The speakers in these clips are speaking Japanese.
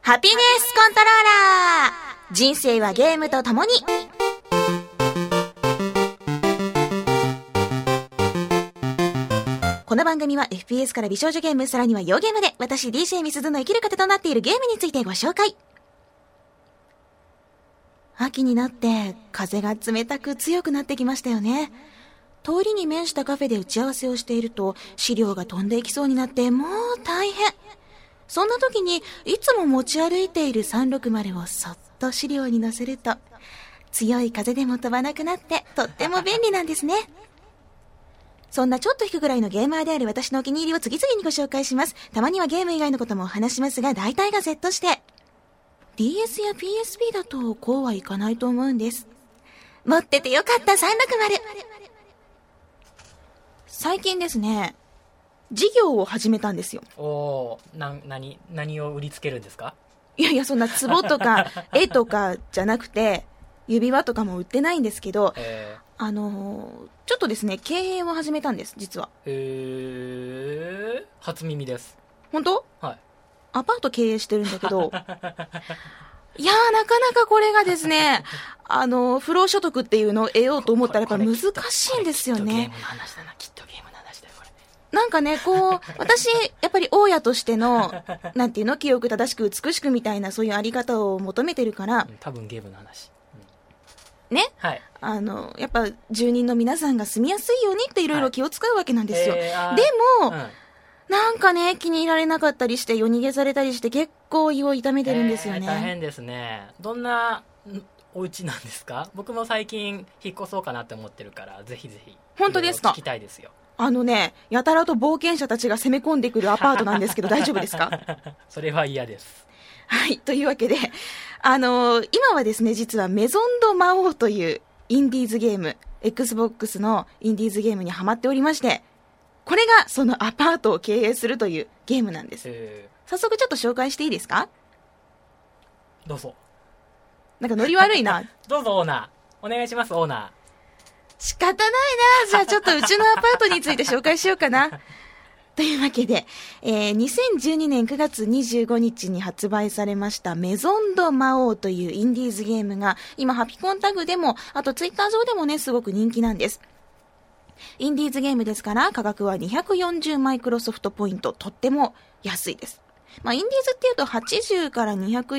ハピネスコントローラー。人生はゲームとともに。この番組は FPS から美少女ゲーム、さらには洋ゲームで私 DJ みすずの生きる糧となっているゲームについてご紹介。秋になって風が冷たく強くなってきましたよね。通りに面したカフェで打ち合わせをしていると資料が飛んでいきそうになってもう大変。そんな時にいつも持ち歩いている360をそっと資料に載せると強い風でも飛ばなくなってとっても便利なんですね。そんなちょっと引くぐらいのゲーマーである私のお気に入りを次々にご紹介します。たまにはゲーム以外のこともお話しますが、大体がセットして DS や PSP だとこうはいかないと思うんです。持っててよかった360。最近ですね、事業を始めたんですよ。 おー、何を売りつけるんですか？ いやいや、そんな壺とか絵とかじゃなくて指輪とかも売ってないんですけど、ちょっとですね、経営を始めたんです、実は。 初耳です。 本当？ はい。 アパート経営してるんだけどいやー、なかなかこれがですね不労所得っていうのを得ようと思ったらやっぱ難しいんですよね。 きっとゲームの話だよこれ。 なんかね、こう私やっぱり大家としてのなんていうの、清く正しく美しくみたいなそういうあり方を求めてるから、 多分ゲームの話、 ね、 はい、 やっぱ住人の皆さんが住みやすいようにっていろいろ気を使うわけなんですよ、でも、なんかね、気に入られなかったりして夜逃げされたりして結構胃を痛めてるんですよね。 大変ですね。どんなお家なんですか？僕も最近引っ越そうかなって思ってるからぜひぜひ。 本当ですか？ 聞きたいですよ。 やたらと冒険者たちが攻め込んでくるアパートなんですけど大丈夫ですか？ それは嫌です。 はい、というわけで今はですね、実はメゾンド魔王というインディーズゲーム、 Xbox のインディーズゲームにハマっておりまして、これがそのアパートを経営するというゲームなんです。早速ちょっと紹介していいですか？ どうぞ。 なんかノリ悪いなどうぞオーナー、お願いします。オーナー仕方ないな。じゃあちょっとうちのアパートについて紹介しようかなというわけで、2012年9月25日に発売されましたメゾンド魔王というインディーズゲームが今ハピコンタグでもあとツイッター上でもねすごく人気なんです。インディーズゲームですから価格は240マイクロソフトポイント、とっても安いです。インディーズっていうと80から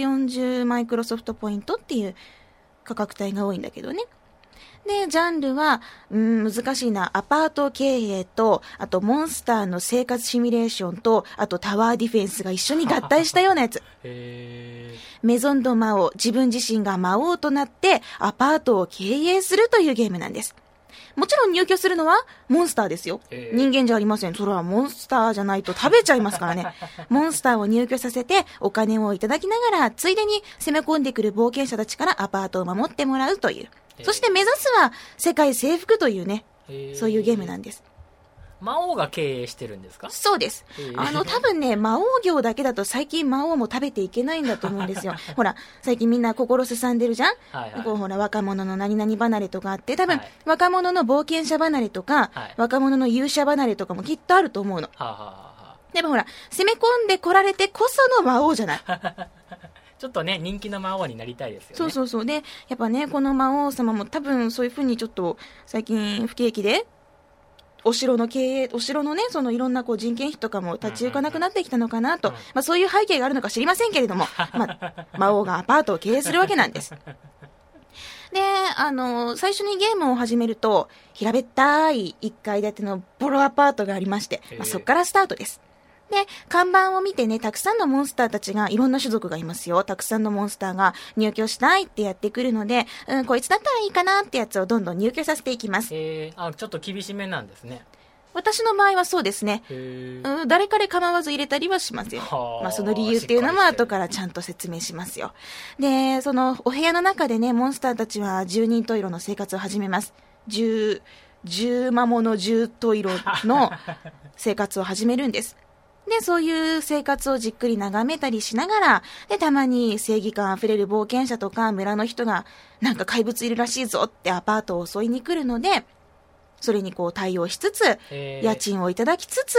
240マイクロソフトポイントっていう価格帯が多いんだけどね。で、ジャンルは難しいな。アパート経営と、あとモンスターの生活シミュレーションと、あとタワーディフェンスが一緒に合体したようなやつ。メゾンド魔王、自分自身が魔王となってアパートを経営するというゲームなんです。もちろん入居するのはモンスターですよ。人間じゃありません。それはモンスターじゃないと食べちゃいますからね。モンスターを入居させてお金をいただきながら、ついでに攻め込んでくる冒険者たちからアパートを守ってもらうという。そして目指すは世界征服というね、そういうゲームなんです。 魔王が経営してるんですか？ そうです。多分ね、魔王業だけだと最近魔王も食べていけないんだと思うんですよ。ほら、最近みんな心すさんでるじゃん、こうほら、若者の何々離れとかあって、多分、若者の冒険者離れとか、若者の勇者離れとかもきっとあると思うの。でもほら、攻め込んでこられてこその魔王じゃない。 ちょっとね、人気の魔王になりたいですよね。 そうで、やっぱね、この魔王様も多分そういう風にちょっと最近不景気でお城の経営、お城のね、そのいろんなこう人件費とかも立ち行かなくなってきたのかなと、そういう背景があるのか知りませんけれども、魔王がアパートを経営するわけなんです。で、最初にゲームを始めると平べったい1階建てのボロアパートがありまして、そこからスタートです。で、看板を見てね、たくさんのモンスターたちが、いろんな種族がいますよ。たくさんのモンスターが入居したいってやってくるので、こいつだったらいいかなってやつをどんどん入居させていきます。 ちょっと厳しめなんですね。 私の場合はそうですね。誰彼構わず入れたりはしますよ。その理由っていうのも後からちゃんと説明しますよ。で、そのお部屋の中でね、モンスターたちは10人十色の生活を始めます。10魔物10十色の生活を始めるんです。で、そういう生活をじっくり眺めたりしながら、で、たまに正義感あふれる冒険者とか村の人が、なんか怪物いるらしいぞってアパートを襲いに来るので、それにこう対応しつつ、家賃をいただきつつ、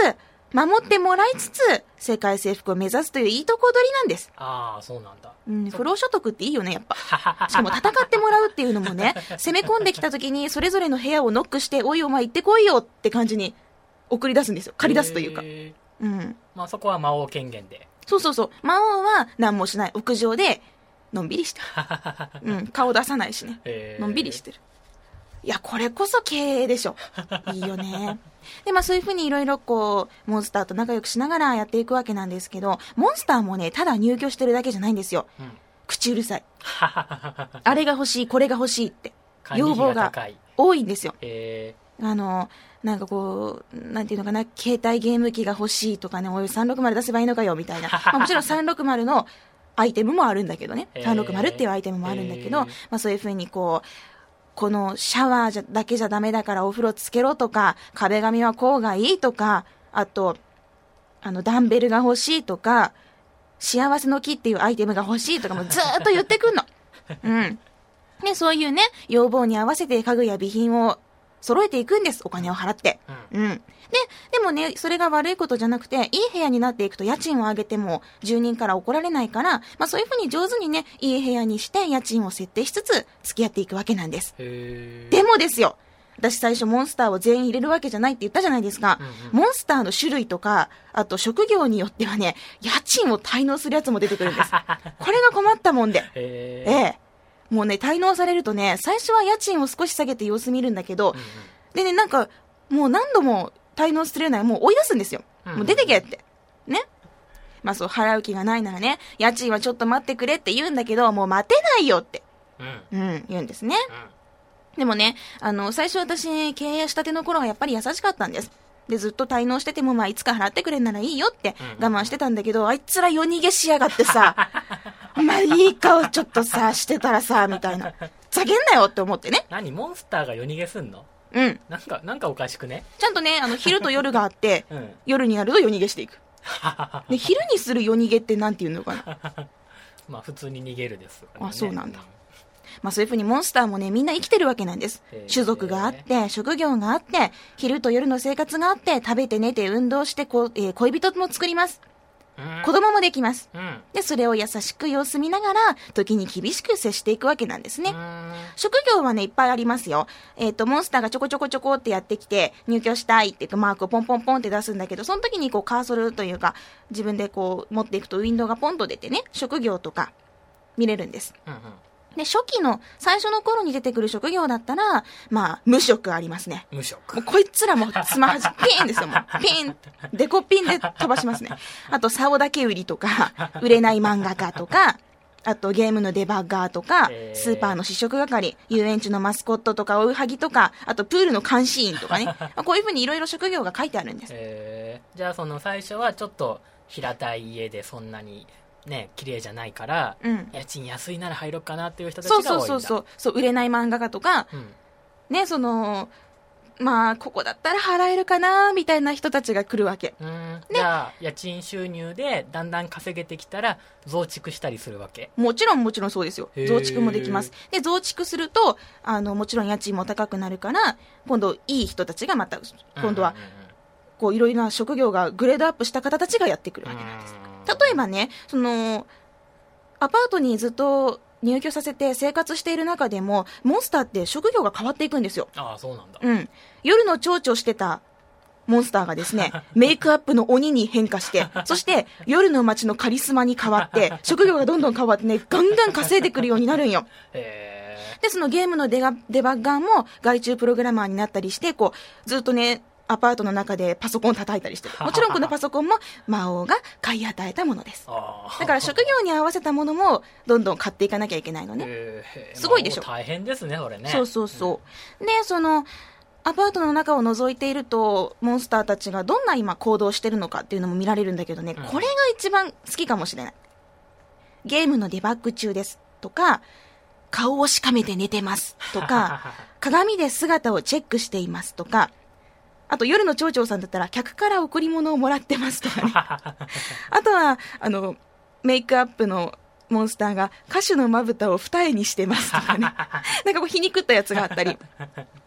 守ってもらいつつ世界征服を目指すといういいとこ取りなんです。 ああ、そうなんだ。 不労所得っていいよね、やっぱ。しかも戦ってもらうっていうのもね、攻め込んできた時にそれぞれの部屋をノックして、おいお前行ってこいよって感じに送り出すんですよ。借り出すというか。 まあそこは魔王権限で。 そうそうそう。魔王は何もしない。屋上でのんびりしてる。顔出さないしね。のんびりしてる。いや、これこそ経営でしょ。いいよね。で、まあそういうふうにいろいろこう、モンスターと仲良くしながらやっていくわけなんですけど、モンスターもね、ただ入居してるだけじゃないんですよ。口うるさい。あれが欲しい、これが欲しいって。要望が多いんですよ。なんかこう、なんていうのかな、携帯ゲーム機が欲しいとかね、おい360出せばいいのかよ、みたいな。まあ、もちろん360のアイテムもあるんだけどね。360っていうアイテムもあるんだけど、まあそういうふうにこう、このシャワーだけじゃダメだからお風呂つけろとか、壁紙はこうがいいとか、あと、ダンベルが欲しいとか、幸せの木っていうアイテムが欲しいとかもずーっと言ってくんの。で、そういうね、要望に合わせて家具や備品を揃えていくんです。お金を払って。でもね、それが悪いことじゃなくて、いい部屋になっていくと家賃を上げても住人から怒られないから、まあそういうふうに上手にね、いい部屋にして家賃を設定しつつ付き合っていくわけなんです。でもですよ、私最初モンスターを全員入れるわけじゃないって言ったじゃないですか。モンスターの種類とか、あと職業によってはね、家賃を滞納するやつも出てくるんです。これが困ったもんで。もうね、滞納されるとね、最初は家賃を少し下げて様子見るんだけど、でね、なんか、もう何度も滞納するような、もう追い出すんですよ。もう出てけって。ね。まあそう、払う気がないならね、家賃はちょっと待ってくれって言うんだけど、もう待てないよって。言うんですね。でもね、最初私、経営したての頃はやっぱり優しかったんです。で、ずっと滞納してても、まあ、いつか払ってくれんならいいよって我慢してたんだけど、あいつら夜逃げしやがってさ、まあ、いい顔ちょっとさ、してたらさ、みたいな。ざけんなよって思ってね。 何、モンスターが夜逃げすんの？なんかおかしくね？ ちゃんとね、昼と夜があって、夜になると夜逃げしていく。で、昼にする夜逃げってなんて言うのかな。 まあ、普通に逃げるです、ね。 あ、そうなんだ。まあそういうふうにモンスターもね、みんな生きてるわけなんです。種族があって、職業があって、昼と夜の生活があって、食べて寝て運動して恋人も作ります。子供もできます。で、それを優しく様子見ながら、時に厳しく接していくわけなんですね。職業はね、いっぱいありますよ。モンスターがちょこちょこちょこってやってきて、入居したいってマークをポンポンポンって出すんだけど、その時にこうカーソルというか、自分でこう持っていくとウィンドウがポンと出てね、職業とか見れるんです。で、初期の最初の頃に出てくる職業だったら、まあ、無職ありますね。 無職。 もうこいつらもつまはじ、ピーンですよ、もう。ピーン。デコピンで飛ばしますね。あと、竿だけ売りとか、売れない漫画家とか、あと、ゲームのデバッガーとか、スーパーの試食係、遊園地のマスコットとか、追いはぎとか、あと、プールの監視員とかね。こういうふうにいろいろ職業が書いてあるんです。 じゃあ、その最初はちょっと平たい家でそんなに、ね、綺麗じゃないから、家賃安いなら入ろうかなっていう人たちが多いんだ。 そう、売れない漫画家とか、ね、まあ、ここだったら払えるかな、みたいな人たちが来るわけ。 じゃあ、家賃収入でだんだん稼げてきたら、増築したりするわけ？ もちろんそうですよ。増築もできます。で、増築すると、もちろん家賃も高くなるから、今度、いい人たちがまた、今度は、こう、いろいろな職業がグレードアップした方たちがやってくるわけなんです。例えばね、アパートにずっと入居させて生活している中でも、モンスターって職業が変わっていくんですよ。 ああ、そうなんだ。 夜の蝶々してたモンスターがですね、メイクアップの鬼に変化して、そして夜の街のカリスマに変わって、職業がどんどん変わってね、ガンガン稼いでくるようになるんよ。で、そのゲームのデバッガーも外注プログラマーになったりして、こう、ずっとね、アパートの中でパソコンを叩いたりしてる。もちろんこのパソコンも魔王が買い与えたものです。だから職業に合わせたものもどんどん買っていかなきゃいけないのね。すごいでしょ。 大変ですね、それね。 そう。で、アパートの中を覗いていると、モンスターたちがどんな今行動してるのかっていうのも見られるんだけどね、これが一番好きかもしれない。ゲームのデバッグ中ですとか、顔をしかめて寝てますとか、鏡で姿をチェックしていますとか、あと夜の町長さんだったら客から贈り物をもらってますとかね。あとは、メイクアップのモンスターが歌手のまぶたを二重にしてますとかね。なんかこう皮肉ったやつがあったり。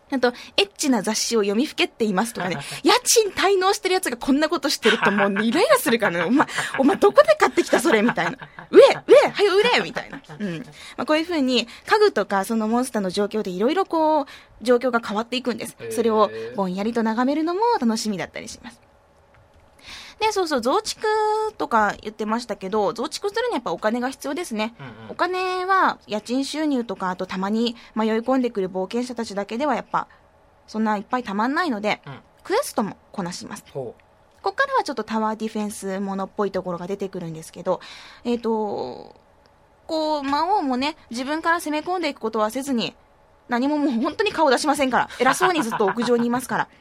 あと、エッチな雑誌を読みふけっていますとかね、家賃滞納してるやつがこんなことしてるともうイライラするからね、お前どこで買ってきたそれみたいな。はよ売れみたいな。こういう風に、家具とかそのモンスターの状況でいろいろこう、状況が変わっていくんです。それをぼんやりと眺めるのも楽しみだったりします。で、そうそう、増築とか言ってましたけど、増築するにはやっぱお金が必要ですね。お金は家賃収入とか、あとたまに迷い込んでくる冒険者たちだけではやっぱ、そんないっぱいたまんないので、クエストもこなします。ここからはちょっとタワーディフェンスものっぽいところが出てくるんですけど、こう、魔王もね、自分から攻め込んでいくことはせずに、何ももう本当に顔出しませんから、偉そうにずっと屋上にいますから、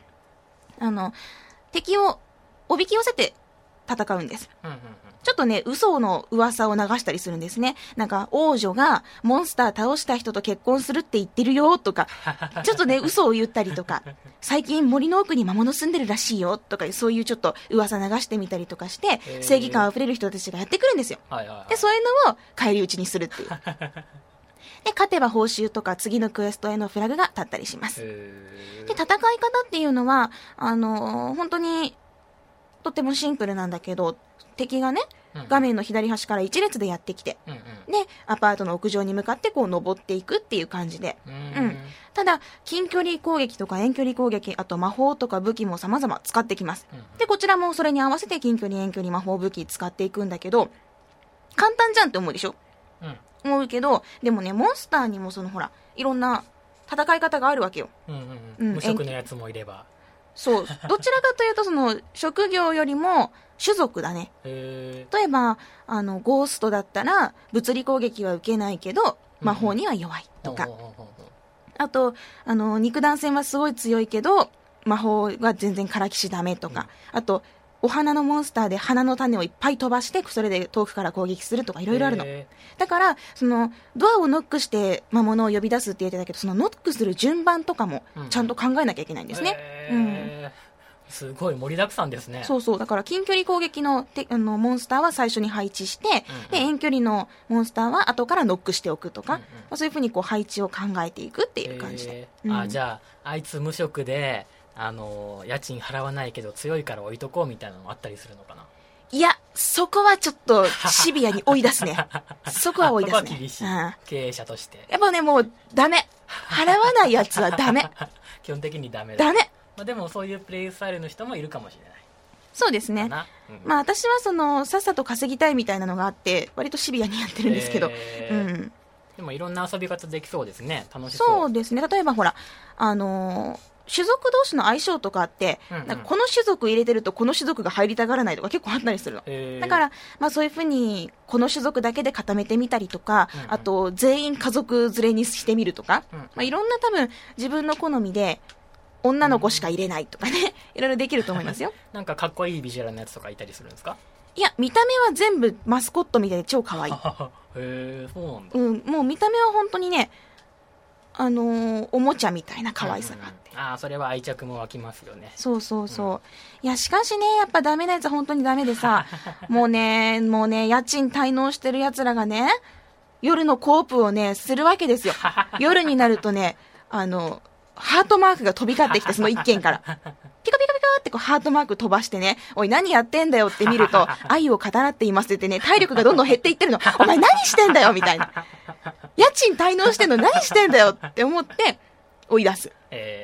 敵をおびき寄せて戦うんです。ちょっとね、嘘の噂を流したりするんですね。なんか、王女がモンスター倒した人と結婚するって言ってるよとか、ちょっとね、嘘を言ったりとか、最近森の奥に魔物住んでるらしいよとか、そういうちょっと噂流してみたりとかして、正義感あふれる人たちがやってくるんですよ。で、そういうのを返り討ちにするっていう。で、勝てば報酬とか次のクエストへのフラグが立ったりします。で、戦い方っていうのは、本当に、とてもシンプルなんだけど、敵がね、画面の左端から一列でやってきて、で、アパートの屋上に向かってこう登っていくっていう感じで、ただ、近距離攻撃とか遠距離攻撃、あと魔法とか武器も様々使ってきます。で、こちらもそれに合わせて近距離遠距離魔法武器使っていくんだけど、簡単じゃんって思うでしょ？思うけど、でもね、モンスターにもそのほら、いろんな戦い方があるわけよ。 無職のやつもいれば。 そう。どちらかというと、その、職業よりも、種族だね。例えば、ゴーストだったら、物理攻撃は受けないけど、魔法には弱いとか。あと、肉弾戦はすごい強いけど、魔法は全然からきしダメとか。あと、お花のモンスターで花の種をいっぱい飛ばして、それで遠くから攻撃するとかいろいろあるの。だから、その、ドアをノックして魔物を呼び出すって言ってたけど、そのノックする順番とかもちゃんと考えなきゃいけないんですね。 すごい盛りだくさんですね。 そうそう。だから近距離攻撃のモンスターは最初に配置して、で、遠距離のモンスターは後からノックしておくとか、そういうふうにこう配置を考えていくっていう感じで。 じゃあ、あいつ無職で、家賃払わないけど強いから置いとこうみたいなのもあったりするのかな。 いや、そこはちょっとシビアに追い出すね。そこは追い出すね。 厳しい。経営者として。 やっぱね、もうダメ。払わないやつはダメ。 基本的にダメだ。 ダメ。 でもそういうプレイスタイルの人もいるかもしれない。 そうですね。私はその、さっさと稼ぎたいみたいなのがあって、割とシビアにやってるんですけど。 でもいろんな遊び方できそうですね。楽しそう。 そうですね。例えばほら、種族同士の相性とかあって、なんかこの種族入れてるとこの種族が入りたがらないとか結構あったりするの。だから、そういうふうに、この種族だけで固めてみたりとか、あと、全員家族連れにしてみるとか、いろんな多分、自分の好みで、女の子しか入れないとかね、いろいろできると思いますよ。 なんかかっこいいビジュアルのやつとかいたりするんですか？ いや、見た目は全部マスコットみたいで超可愛い。 そうなんだ。 もう見た目は本当にね、おもちゃみたいな可愛さがあって。 それは愛着も湧きますよね。 そうそうそう。いや、しかしね、やっぱダメなやつは本当にダメでさ、もうね、家賃滞納してる奴らがね、夜のコープをね、するわけですよ。夜になるとね、ハートマークが飛び交ってきて、その一軒から。ピカピカピカってこうハートマーク飛ばしてね、おい何やってんだよって見ると、愛を語らっていますって言ってね、体力がどんどん減っていってるの。お前何してんだよみたいな。家賃滞納してんの何してんだよって思って、追い出す。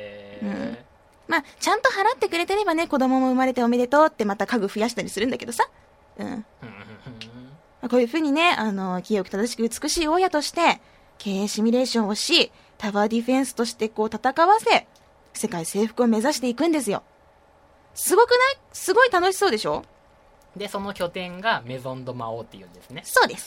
ちゃんと払ってくれてればね、子供も生まれておめでとうってまた家具増やしたりするんだけどさ。こういうふうにね、清く正しく美しい親として、経営シミュレーションをし、タワーディフェンスとしてこう戦わせ、世界征服を目指していくんですよ。すごくない？すごい楽しそうでしょ？ で、その拠点がメゾンド魔王っていうんですね。 そうです。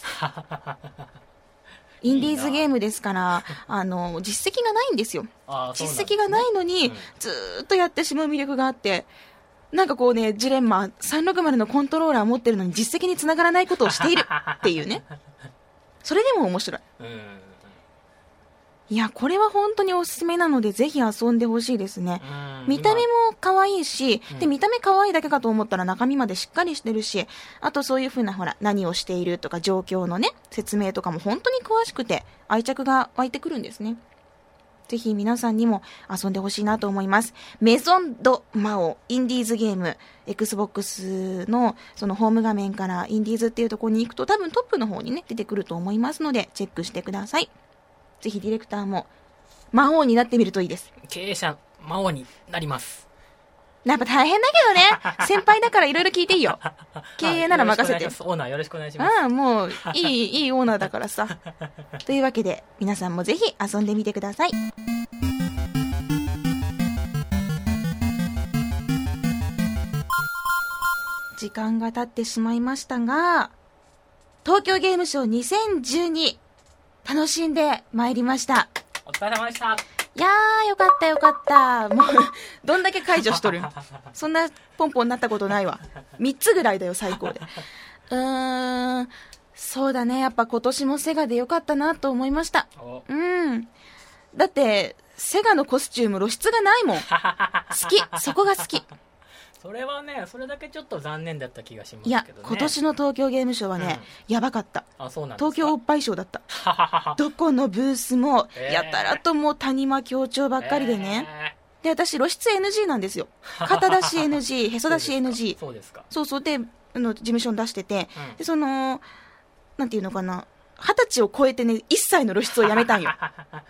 インディーズゲームですから、実績がないんですよ。実績がないのに、ずーっとやってしまう魅力があって、なんかこうね、ジレンマ、360のコントローラーを持ってるのに実績につながらないことをしているっていうね。それでも面白い。いや、これは本当におすすめなので、ぜひ遊んでほしいですね。見た目も可愛いし、で、見た目可愛いだけかと思ったら中身までしっかりしてるし、あとそういう風なほら、何をしているとか状況のね、説明とかも本当に詳しくて、愛着が湧いてくるんですね。 ぜひ皆さんにも遊んでほしいなと思います。メゾンドマオインディーズゲーム、Xbox のそのホーム画面からインディーズっていうところに行くと多分トップの方にね出てくると思いますのでチェックしてください。ぜひディレクターも魔王になってみるといいです。 経営者魔王になります。 やっぱ大変だけどね。先輩だからいろいろ聞いていいよ。経営なら任せて。 オーナーよろしくお願いします。 ああ、もういいオーナーだからさ。というわけで皆さんもぜひ遊んでみてください。時間が経ってしまいましたが、東京ゲームショウ2012楽しんでまいりました。 お疲れ様でした。 いやー、よかったよかった。もうどんだけ解除しとるん。そんなポンポンなったことないわ。3つぐらいだよ最高で。そうだね、やっぱ今年もセガでよかったなと思いました。だってセガのコスチューム露出がないもん。好き、そこが好き。 それはね、それだけちょっと残念だった気がしますけどね。 いや、今年の東京ゲームショウはね、やばかった。 あ、そうなんですか。 東京おっぱいショーだった。どこのブースもやたらともう谷間強調ばっかりでね。で、私露出 NG なんですよ。肩出し NG、へそ出し NG。 そうですか。 そうで、事務所に出してて、でそのなんていうのかな、20歳を超えてね、一切の露出をやめたんよ。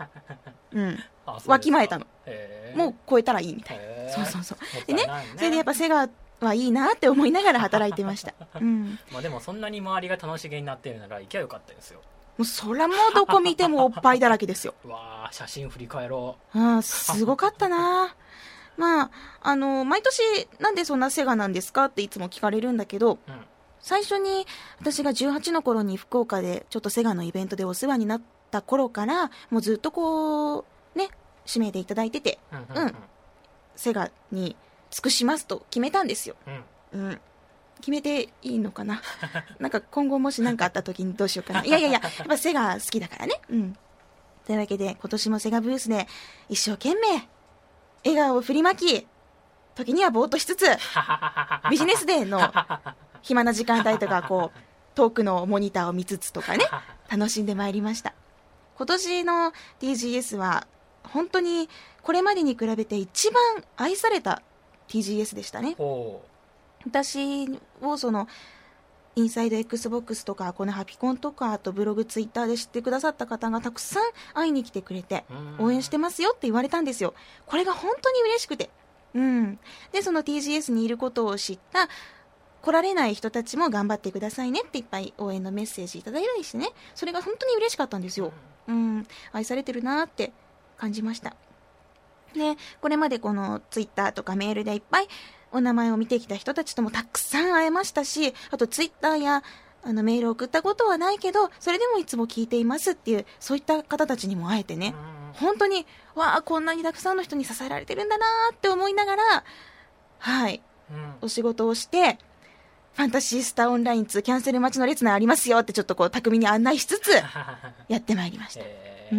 わきまえたの。もう超えたらいいみたいな。そうでね、それでやっぱセガはいいなって思いながら働いてました。 まあでもそんなに周りが楽しげになっているなら行きゃよかったですよ。 もうそらもうどこ見てもおっぱいだらけですよ。 わー、写真振り返ろう。すごかったな。まあ毎年なんでそんなセガなんですかっていつも聞かれるんだけど、最初に私が18の頃に福岡でちょっとセガのイベントでお世話になった頃からもうずっとこうね指名でいただいてて、セガに尽くしますと決めたんですよ。決めていいのかな。なんか今後もし何かあった時にどうしようかな。いややっぱセガ好きだからね。というわけで今年もセガブースで一生懸命笑顔を振りまき、時にはぼーっとしつつビジネスデーの暇な時間帯とかこう遠くのモニターを見つつとかね、楽しんでまいりました。今年の TGS は本当にこれまでに比べて一番愛された TGS でしたね。私をそのインサイド XBOX とかこのハピコンとかあとブログツイッターで知ってくださった方がたくさん会いに来てくれて応援してますよって言われたんですよ。これが本当に嬉しくて、でその TGS にいることを知った来られない人たちも頑張ってくださいねっていっぱい応援のメッセージいただいたりしてね、それが本当に嬉しかったんですよ。愛されてるなって感じました。でこれまでこのツイッターとかメールでいっぱいお名前を見てきた人たちともたくさん会えましたし、あとツイッターやメールを送ったことはないけどそれでもいつも聞いていますっていうそういった方たちにも会えてね、本当にわあこんなにたくさんの人に支えられてるんだなって思いながら、お仕事をしてファンタシースターオンライン2キャンセル待ちの列内ありますよってちょっとこう巧みに案内しつつやってまいりました。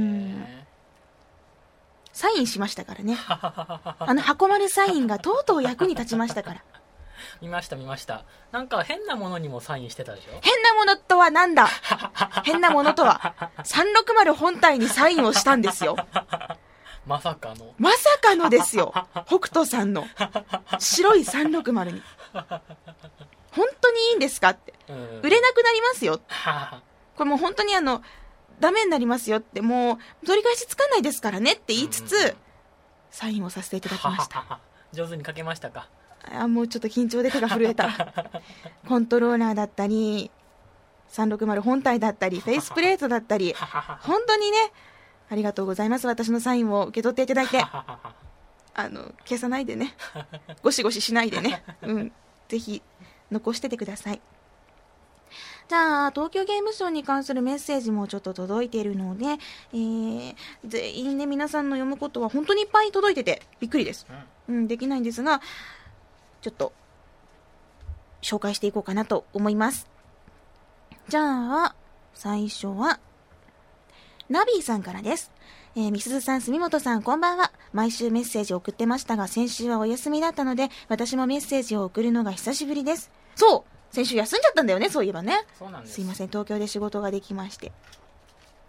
サインしましたからね。箱丸サインがとうとう役に立ちましたから。 見ましたなんか変なものにもサインしてたでしょ。 変なものとはなんだ。変なものとは360本体にサインをしたんですよ。 まさかのですよ。北斗さんの白い360に本当にいいんですかって、売れなくなりますよこれもう本当にダメになりますよって、もう取り返しつかないですからねって言いつつ、サインをさせていただきました。 上手に書けましたか。 もうちょっと緊張で手が震えた。コントローラーだったり360本体だったりフェイスプレートだったり本当にねありがとうございます。私のサインを受け取っていただいて消さないでね、ゴシゴシしないでね、ぜひ残しててください。じゃあ東京ゲームショウに関するメッセージもちょっと届いているので、全員ね皆さんの読むことは本当にいっぱい届いててびっくりです。できないんですがちょっと紹介していこうかなと思います。じゃあ最初はナビーさんからです。みすずさん、住本さん、こんばんは。毎週メッセージを送ってましたが先週はお休みだったので私もメッセージを送るのが久しぶりです。そう先週休んじゃったんだよね、そういえばね。 そうなんです。 すいません、東京で仕事ができまして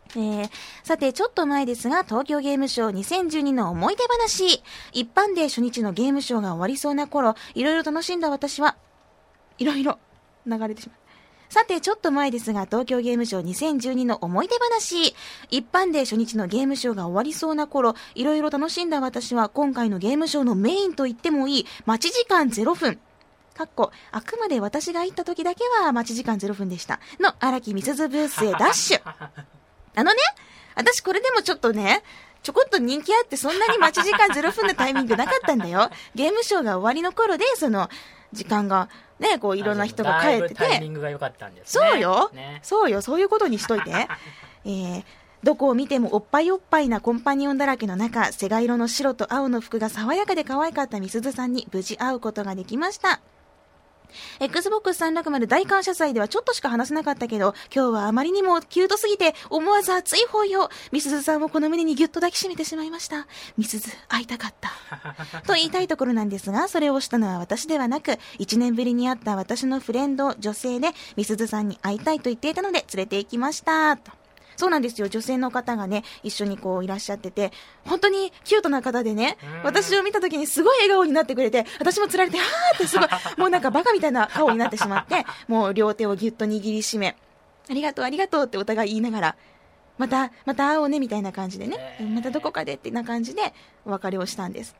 さてちょっと前ですが、東京ゲームショウ2012の思い出話。一般で初日のゲームショウが終わりそうな頃、いろいろ楽しんだ私は、いろいろ流れてしまう。さてちょっと前ですが、東京ゲームショウ2012の思い出話。一般で初日のゲームショウが終わりそうな頃、いろいろ楽しんだ私は、今回のゲームショウのメインと言ってもいい待ち時間0分。あくまで私が行った時だけは待ち時間0分でしたの荒木美鈴ブースへダッシュ。私これでもちょっとね、ちょこっと人気あってそんなに待ち時間0分のタイミングなかったんだよ。ゲームショウが終わりの頃で、その時間がね、こういろんな人が帰ってて、 タイミングが良かったんですね。 そうよ、ね、そういうことにしといて。どこを見てもおっぱいおっぱいなコンパニオンだらけの中、セガ色の白と青の服が爽やかで可愛かったみすずさんに無事会うことができました。Xbox 360大感謝祭ではちょっとしか話せなかったけど、今日はあまりにもキュートすぎて思わず熱い抱擁。みすずさんをこの胸にギュッと抱きしめてしまいました。みすず会いたかったと言いたいところなんですが、それをしたのは私ではなく、1年ぶりに会った私のフレンド女性で、みすずさんに会いたいと言っていたので連れて行きましたと。そうなんですよ。女性の方がね、一緒にこういらっしゃってて、本当にキュートな方でね、私を見た時にすごい笑顔になってくれて、私もつられて、はーってすごい、もうなんかバカみたいな顔になってしまって、もう両手をギュッと握りしめ、ありがとうありがとうってお互い言いながら、また会おうねみたいな感じでね、またどこかでってな感じでお別れをしたんです。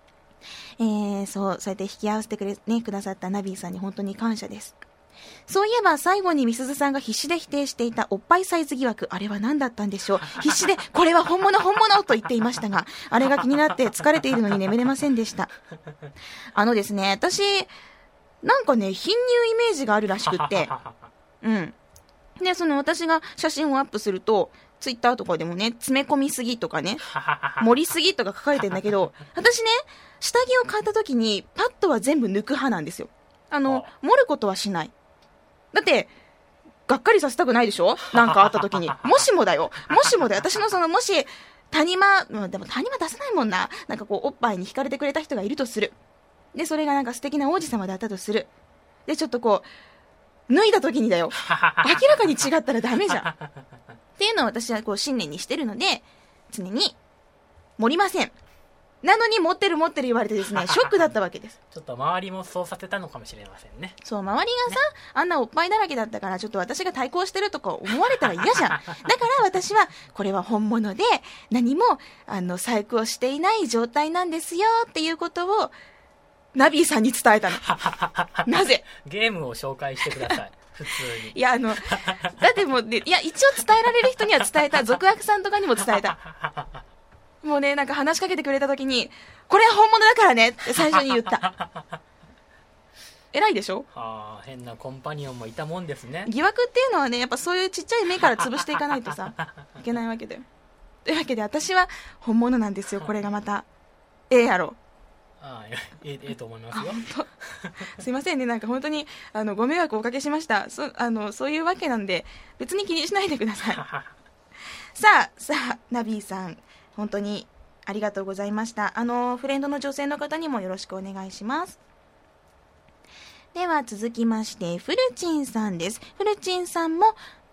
そうやって引き合わせてくださったナビーさんに本当に感謝です。そういえば最後にみすずさんが必死で否定していたおっぱいサイズ疑惑、あれは何だったんでしょう。必死でこれは本物と言っていましたが、あれが気になって疲れているのに眠れませんでした。ですね、私なんかね、貧乳イメージがあるらしくってで、その私が写真をアップするとツイッターとかでもね、詰め込みすぎとかね、盛りすぎとか書かれてるんだけど、私ね、下着を買った時にパッドは全部抜く派なんですよ。盛ることはしない。だってがっかりさせたくないでしょ、なんかあった時に。もしもだよ、私のもし谷間でも谷間出さないもんな、なんかこうおっぱいに惹かれてくれた人がいるとする。でそれがなんか素敵な王子様だったとする。でちょっとこう脱いだ時にだよ、明らかに違ったらダメじゃんっていうのを私はこう信念にしてるので、常に盛りません。なのに持ってる言われてですね、ショックだったわけです。 ちょっと周りもそうさせたのかもしれませんね。 そう、周りがさ、あんなおっぱいだらけだったから、ちょっと私が対抗してるとか思われたら嫌じゃん。だから私はこれは本物で、何も細工をしていない状態なんですよっていうことをナビーさんに伝えたの。なぜゲームを紹介してください。普通に。 いやだってもう、ね、いや一応伝えられる人には伝えた。続悪さんとかにも伝えた。もうね、なんか話しかけてくれた時に、これは本物だからねって最初に言った。偉いでしょ。 変なコンパニオンもいたもんですね。 疑惑っていうのはね、やっぱそういうちっちゃい目から潰していかないとさいけないわけで。というわけで私は本物なんですよ。これがまたやろと思いますよ。 すいませんね、なんか本当にご迷惑をおかけしました。そういうわけなんで別に気にしないでください。さあナビーさん、本当にありがとうございました。フレンドの女性の方にもよろしくお願いします。では続きましてフルチンさんです。フルチンさんも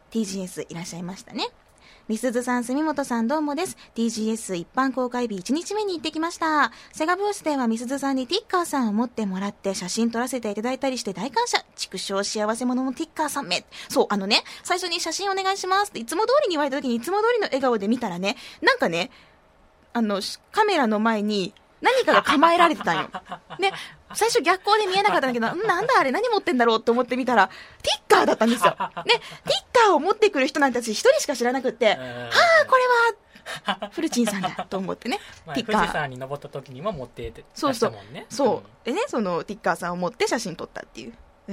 TGS いらっしゃいましたね。みすずさん、住本さん、どうもです。 TGS 一般公開日1日目に行ってきました。セガブースではみすずさんにティッカーさんを持ってもらって写真撮らせていただいたりして大感謝。畜生幸せ者のティッカーさんめ。そう最初に写真お願いしますっていつも通りに言われた時に、いつも通りの笑顔で見たらね、なんかね、カメラの前に何かが構えられてたんよ。ね、最初逆光で見えなかったんだけど、なんだあれ何持ってんだろうって思ってみたら、ティッカーだったんですよ。ね、ティッカーを持ってくる人なんて私一人しか知らなくって、これはフルチンさんだと思ってね。 ティッカー。富士山に登った時にも持ってましたもんね。 そう。でね、そのティッカーさんを持って写真撮ったっていう。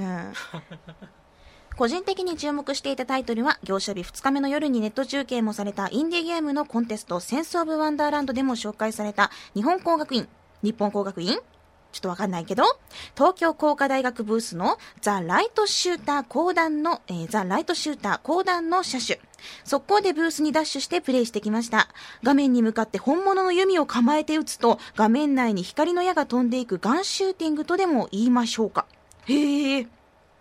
個人的に注目していたタイトルは、業者日2日目の夜にネット中継もされたインディーゲームのコンテスト、センスオブワンダーランドでも紹介された日本工学院ちょっとわかんないけど、東京工科大学ブースのザ・ライトシューター講談の車種。速攻でブースにダッシュしてプレイしてきました。画面に向かって本物の弓を構えて撃つと、画面内に光の矢が飛んでいくガンシューティングとでも言いましょうか。へー。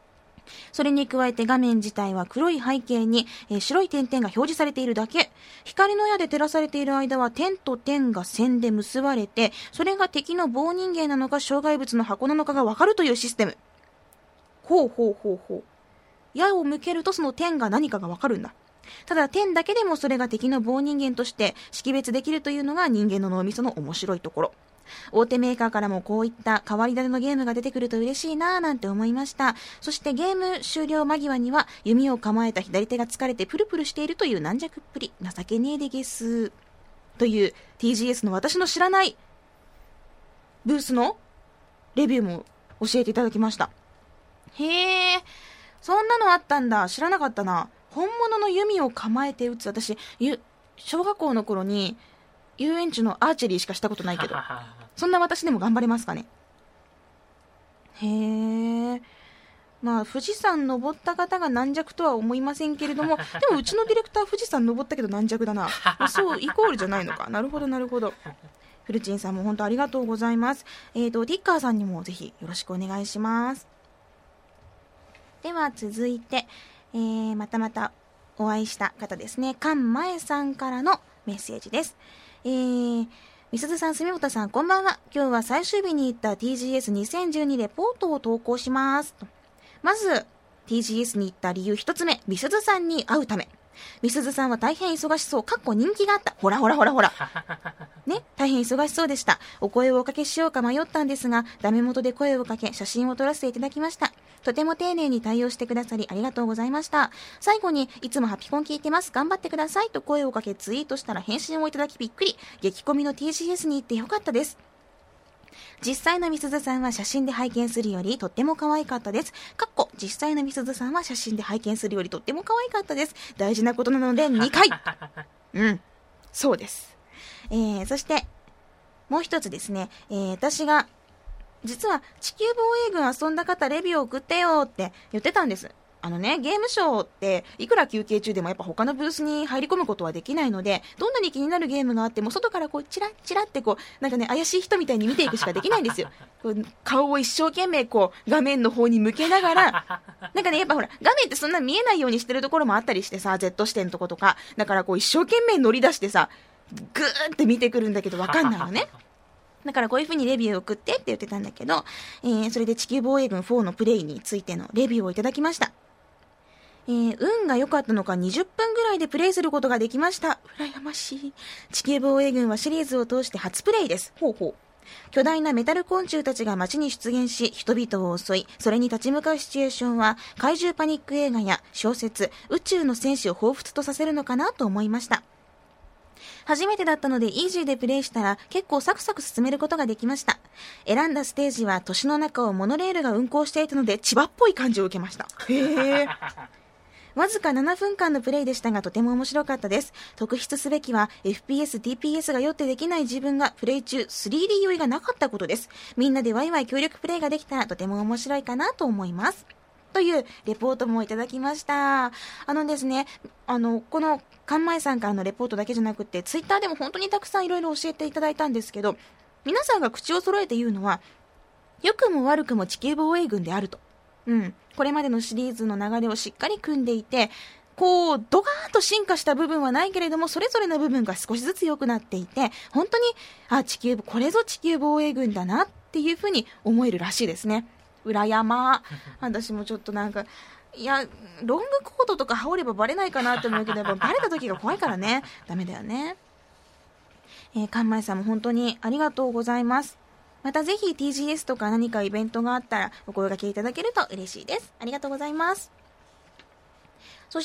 それに加えて画面自体は黒い背景に、白い点々が表示されているだけ。光の矢で照らされている間は点と点が線で結ばれて、それが敵の棒人間なのか障害物の箱なのかがわかるというシステム。ほうほうほうほう。矢を向けるとその点が何かがわかるんだ。ただ点だけでもそれが敵の棒人間として識別できるというのが人間の脳みその面白いところ。大手メーカーからもこういった変わり種のゲームが出てくると嬉しいなぁなんて思いました。そしてゲーム終了間際には弓を構えた左手が疲れてプルプルしているという軟弱っぷり。情けねえでゲス。という TGS の私の知らないブースのレビューも教えていただきました。へえ、そんなのあったんだ。知らなかったな。本物の弓を構えて撃つ。私、小学校の頃に遊園地のアーチェリーしかしたことないけどそんな私でも頑張れますかね。へえ。まあ富士山登った方が軟弱とは思いませんけれども、でもうちのディレクター富士山登ったけど軟弱だな。そうイコールじゃないのか。なるほどなるほど。フルチンさんも本当ありがとうございます。ディッカーさんにもぜひよろしくお願いします。では続いて、またお会いした方ですね。カンマエさんからのメッセージです。みすずさん、住本さん、こんばんは。今日は最終日に行った TGS2012 レポートを投稿します。まず TGS に行った理由一つ目、みすずさんに会うため。みすずさんは大変忙しそう、人気があった。ほらね、大変忙しそうでした。お声をおかけしようか迷ったんですが、ダメ元で声をかけ写真を撮らせていただきました。とても丁寧に対応してくださりありがとうございました。最後に、いつもハピコン聞いてます、頑張ってくださいと声をかけツイートしたら返信をいただきびっくり。激コミの TGS に行ってよかったです。実際のみすずさんは写真で拝見するよりとっても可愛かったです。実際のみすずさんは写真で拝見するよりとっても可愛かったです。大事なことなので2回。そうです。そしてもう一つですね、私が実は地球防衛軍遊んだ方レビューを送ってよって言ってたんです。ゲームショーっていくら休憩中でもやっぱ他のブースに入り込むことはできないので、どんなに気になるゲームがあっても外からこうチラッチラって怪しい人みたいに見ていくしかできないんですよ。顔を一生懸命画面の方に向けながらやっぱほら画面ってそんな見えないようにしてるところもあったりしてさ、 Z 視点とことかだから一生懸命乗り出してさグーって見てくるんだけど分かんないのね。だからこういう風にレビューを送ってって言ってたんだけど、それで地球防衛軍4のプレイについてのレビューをいただきました。運が良かったのか20分ぐらいでプレイすることができました。羨ましい。地球防衛軍はシリーズを通して初プレイです。巨大なメタル昆虫たちが街に出現し人々を襲い、それに立ち向かうシチュエーションは怪獣パニック映画や小説宇宙の戦士を彷彿とさせるのかなと思いました。初めてだったのでイージーでプレイしたら結構サクサク進めることができました。選んだステージは都市の中をモノレールが運行していたので千葉っぽい感じを受けました。わずか7分間のプレイでしたがとても面白かったです。特筆すべきは FPS、TPS が酔ってできない自分がプレイ中 3D 酔いがなかったことです。みんなでワイワイ協力プレイができたらとても面白いかなと思います。というレポートもいただきました。ですね、このカンマイさんからのレポートだけじゃなくてツイッターでも本当にたくさんいろいろ教えていただいたんですけど、皆さんが口を揃えて言うのは良くも悪くも地球防衛軍であると。これまでのシリーズの流れをしっかり組んでいて、ドガーンと進化した部分はないけれどもそれぞれの部分が少しずつ良くなっていて、本当にこれぞ地球防衛軍だなっていうふうに思えるらしいですね。羨ま。私もちょっとロングコートとか羽織ればバレないかなって思うけど、やっぱバレた時が怖いからね、ダメだよね。カンマイさんも本当にありがとうございます。またぜひ TGS とか何かイベントがあったらお声掛けいただけると嬉しいです。ありがとうございます。そして、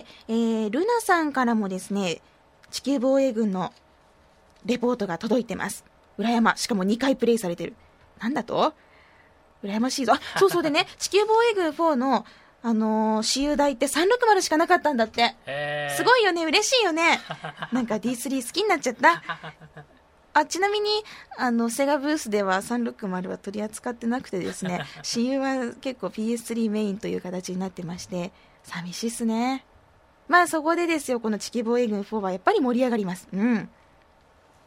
ルナさんからもですね、地球防衛軍のレポートが届いてます。羨ま。しかも2回プレイされてる。なんだと羨ましいぞ。そうでね、地球防衛軍4の私有台って360しかなかったんだって。すごいよね、嬉しいよね。D3 好きになっちゃった。ちなみにセガブースでは360は取り扱ってなくてですね、私有は結構 PS3 メインという形になってまして、寂しいっすね。そこでですよ、この地球防衛軍4はやっぱり盛り上がります。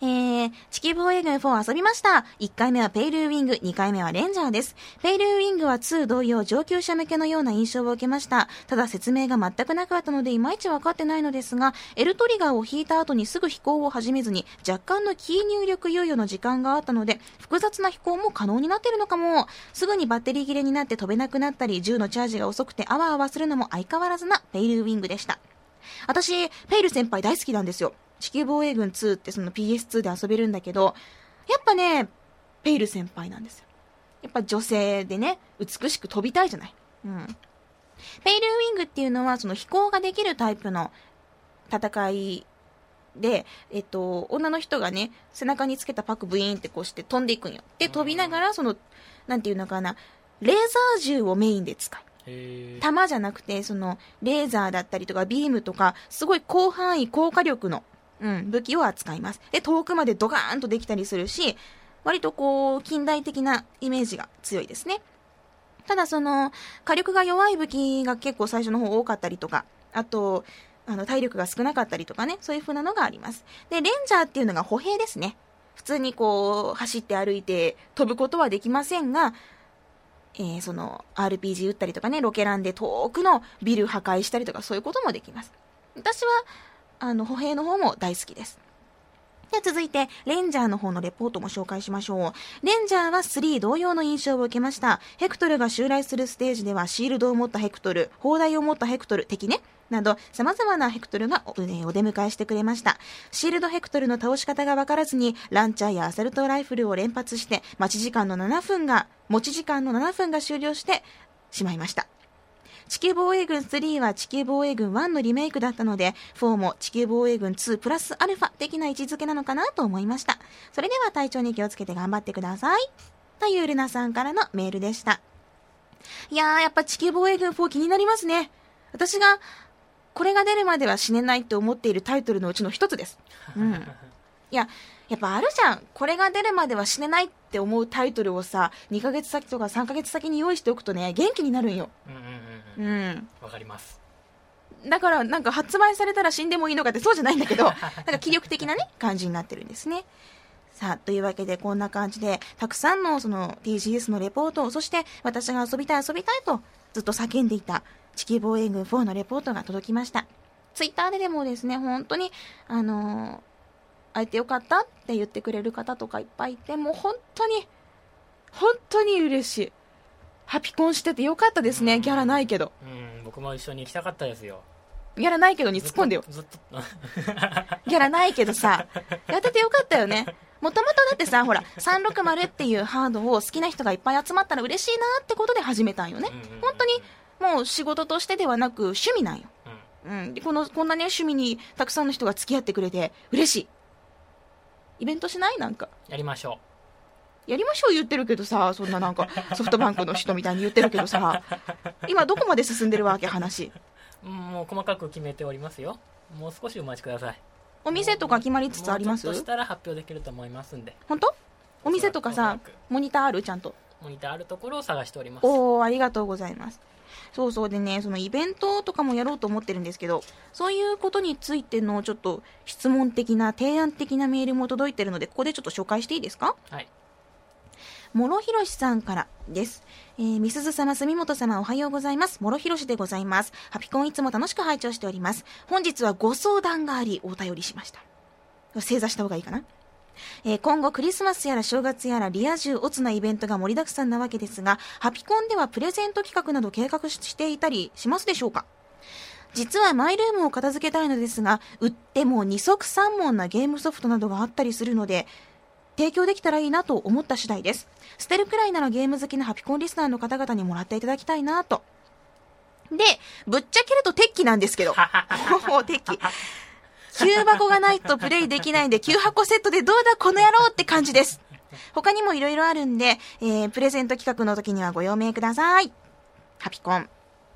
地球防衛軍4遊びました。1回目はペイルーウィング、2回目はレンジャーです。ペイルーウィングは2同様上級者向けのような印象を受けました。ただ説明が全くなかったのでいまいち分かってないのですが、L トリガーを引いた後にすぐ飛行を始めずに若干のキー入力猶予の時間があったので、複雑な飛行も可能になっているのかも。すぐにバッテリー切れになって飛べなくなったり、銃のチャージが遅くてあわあわするのも相変わらずなペイルーウィングでした。私、ペイル先輩大好きなんですよ。地球防衛軍2ってその PS2 で遊べるんだけど、やっぱね、ペイル先輩なんですよ。やっぱ女性でね、美しく飛びたいじゃない。うん。ペイルウィングっていうのはその飛行ができるタイプの戦いで、女の人がね、背中につけたパックブイーンってこうして飛んでいくんよ。で、飛びながらその、なんていうのかな、レーザー銃をメインで使う。弾じゃなくて、その、レーザーだったりとか、ビームとか、すごい広範囲、高火力の、武器を扱います。で、遠くまでドカーンとできたりするし、割とこう、近代的なイメージが強いですね。ただその、火力が弱い武器が結構最初の方多かったりとか、あと、体力が少なかったりとかね、そういう風なのがあります。で、レンジャーっていうのが歩兵ですね。普通にこう、走って歩いて飛ぶことはできませんが、その RPG 撃ったりとかね、ロケランで遠くのビル破壊したりとかそういうこともできます。私は歩兵の方も大好きです。では続いてレンジャーの方のレポートも紹介しましょう。レンジャーは3同様の印象を受けました。ヘクトルが襲来するステージではシールドを持ったヘクトル、砲台を持ったヘクトル敵ねなど様々なヘクトルがお出迎えしてくれました。シールドヘクトルの倒し方が分からずにランチャーやアサルトライフルを連発して持ち時間の7分が終了してしまいました。地球防衛軍3は地球防衛軍1のリメイクだったので、4も地球防衛軍2プラスアルファ的な位置づけなのかなと思いました。それでは体調に気をつけて頑張ってください。というルナさんからのメールでした。いやー、やっぱ地球防衛軍4気になりますね。私がこれが出るまでは死ねないって思っているタイトルのうちの一つです。いや、やっぱあるじゃん。これが出るまでは死ねないって思うタイトルをさ、2ヶ月先とか3ヶ月先に用意しておくとね、元気になるんよ。 わかります。 だからなんか発売されたら死んでもいいのかってそうじゃないんだけど、なんか気力的なね、感じになってるんですね。さあ、というわけでこんな感じで、たくさんのその TGS のレポート、そして私が遊びたいとずっと叫んでいた地球防衛軍4のレポートが届きました。ツイッターでもですね、本当に、会えてよかったって言ってくれる方とかいっぱいいて、もう本当に嬉しい。ハピコンしててよかったですね。ギャラないけど。 僕も一緒に行きたかったですよ。 ギャラないけどに突っ込んでよ。 ずっとギャラないけどさ、やっててよかったよね。もともとだってさ、ほら、360っていうハードを好きな人がいっぱい集まったら嬉しいなってことで始めたんよね。本当にもう仕事としてではなく趣味なんよ。こんなね、趣味にたくさんの人が付き合ってくれて嬉しい。イベントしないなんか。 やりましょう言ってるけどさ、そんななんかソフトバンクの人みたいに言ってるけどさ、今どこまで進んでるわけ話。 もう細かく決めておりますよ。もう少しお待ちください。 お店とか決まりつつあります？ もうちょっとしたら発表できると思いますんで。 本当？お店とかさ、モニターある？ちゃんとモニターあるところを探しております。 おー、ありがとうございます。そうでね、そのイベントとかもやろうと思ってるんですけど、そういうことについてのちょっと質問的な提案的なメールも届いてるので、ここでちょっと紹介していいですか？ はい。 諸広さんからです。みすず様、住本様、おはようございます。諸広でございます。ハピコンいつも楽しく拝聴しております。本日はご相談があり、お便りしました。正座した方がいいかな。今後クリスマスやら正月やらリア充オツなイベントが盛りだくさんなわけですが、ハピコンではプレゼント企画など計画していたりしますでしょうか？実はマイルームを片付けたいのですが、売っても二足三門なゲームソフトなどがあったりするので、提供できたらいいなと思った次第です。捨てるくらいならゲーム好きなハピコンリスナーの方々にもらっていただきたいなと。で、ぶっちゃけると鉄器なんですけど。鉄器。9箱がないとプレイできないんで、9箱セットでどうだこの野郎って感じです。他にもいろいろあるんで、プレゼント企画の時にはご用命ください。ハピコン。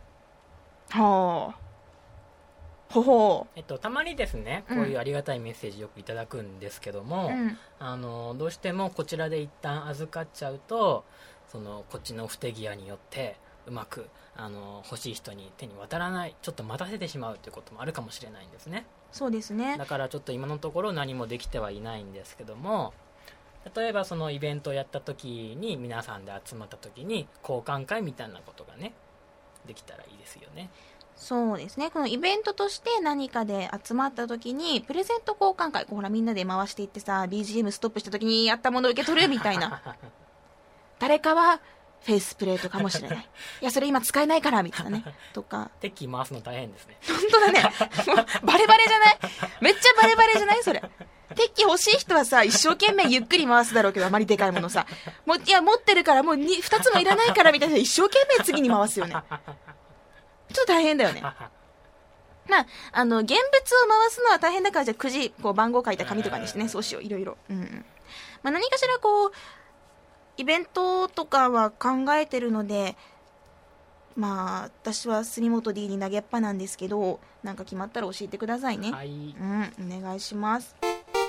たまにですね、こういうありがたいメッセージよくいただくんですけども、どうしてもこちらで一旦預かっちゃうと、こっちの不手際によってうまく欲しい人に手に渡らない、ちょっと待たせてしまうということもあるかもしれないんですね。 そうですね。 だからちょっと今のところ何もできてはいないんですけども、例えばそのイベントをやった時に皆さんで集まった時に交換会みたいなことがねできたらいいですよね。 そうですね。このイベントとして何かで集まった時にプレゼント交換会、ほらみんなで回していってさ、 BGM ストップした時にやったものを受け取るみたいな誰かはフェイスプレートかもしれない。いや、それ今使えないから、みたいなね。とか。 テッキー回すの大変ですね。 本当だね。バレバレじゃない？めっちゃバレバレじゃないそれ。テッキ欲しい人はさ、一生懸命ゆっくり回すだろうけど、あまりでかいものさ。いや、持ってるからもう2つもいらないから、みたいな一生懸命次に回すよね。ちょっと大変だよね。まあ、現物を回すのは大変だから、じゃあくじ、こう番号書いた紙とかにしてね、そうしよう、いろいろ。うん。まあ、何かしらこう、イベントとかは考えてるので、まあ私は杉本 D に投げっぱなんですけど、なんか決まったら教えてくださいね。 はい、 うん、お願いします。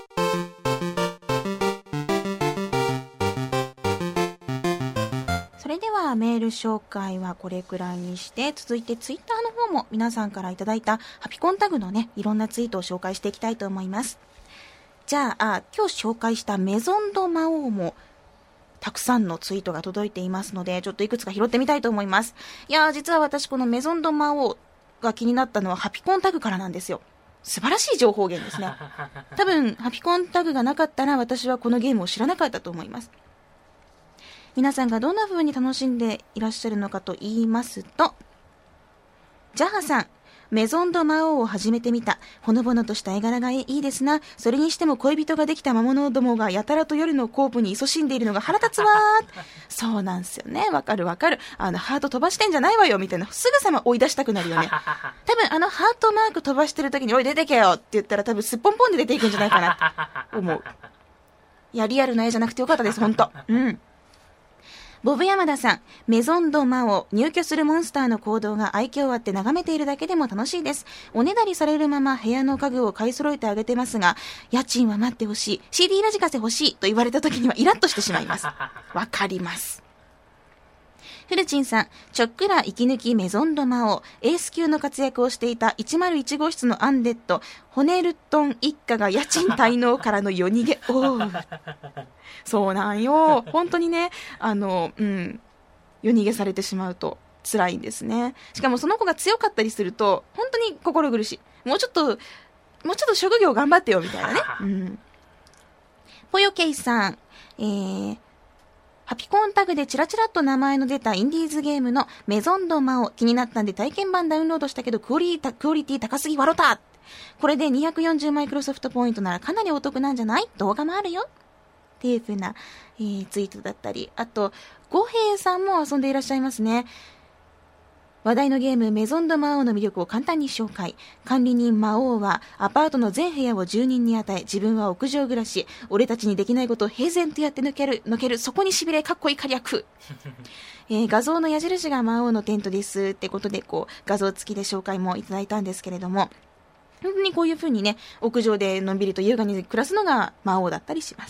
それではメール紹介はこれくらいにして、続いてツイッターの方も皆さんからいただいたハピコンタグのね、いろんなツイートを紹介していきたいと思います。じゃあ今日紹介したメゾンド魔王もたくさんのツイートが届いていますので、ちょっといくつか拾ってみたいと思います。いやー、実は私このメゾンド魔王が気になったのはハピコンタグからなんですよ。素晴らしい情報源ですね。多分ハピコンタグがなかったら私はこのゲームを知らなかったと思います。皆さんがどんな風に楽しんでいらっしゃるのかと言いますと、ジャハさん、メゾンド魔王を始めてみた。ほのぼのとした絵柄がいいですな。それにしても恋人ができた魔物どもがやたらと夜のコープに勤しんでいるのが腹立つわそうなんすよね。わかるわかる。ハート飛ばしてんじゃないわよみたいな。すぐさま追い出したくなるよね。多分ハートマーク飛ばしてる時におい出てけよって言ったら多分すっぽんぽんで出ていくんじゃないかなと思う。いや、リアルな絵じゃなくてよかったです、ほんと。うん。ボブ山田さん、メゾンド魔王、入居するモンスターの行動が愛嬌あって眺めているだけでも楽しいです。おねだりされるまま部屋の家具を買い揃えてあげてますが、家賃は待ってほしい、CD ラジカセ欲しいと言われた時にはイラッとしてしまいます。わかります。フルチンさん、ちょっくら息抜きメゾンド魔王、エース級の活躍をしていた101号室のアンデッド、ホネルトン一家が家賃滞納からの夜逃げ。そうなんよ。本当にね、夜逃げされてしまうと辛いんですね。しかもその子が強かったりすると、本当に心苦しい。もうちょっと職業頑張ってよ、みたいなね。うん。ぽよけいさん、ハピコンタグでチラチラっと名前の出たインディーズゲームのメゾンド魔王気になったんで体験版ダウンロードしたけどクオリティ高すぎ笑った。これで240マイクロソフトポイントならかなりお得なんじゃない？動画もあるよっていう風な、ツイートだったり、あと五平さんも遊んでいらっしゃいますね。話題のゲームメゾンド魔王の魅力を簡単に紹介。管理人魔王はアパートの全部屋を住人に与え、自分は屋上暮らし、俺たちにできないことを平然とやって抜ける、そこに痺れかっこいい火力画像の矢印が魔王のテントですってことで、こう画像付きで紹介もいただいたんですけれども、本当にこういう風にね、屋上でのんびりと優雅に暮らすのが魔王だったりします。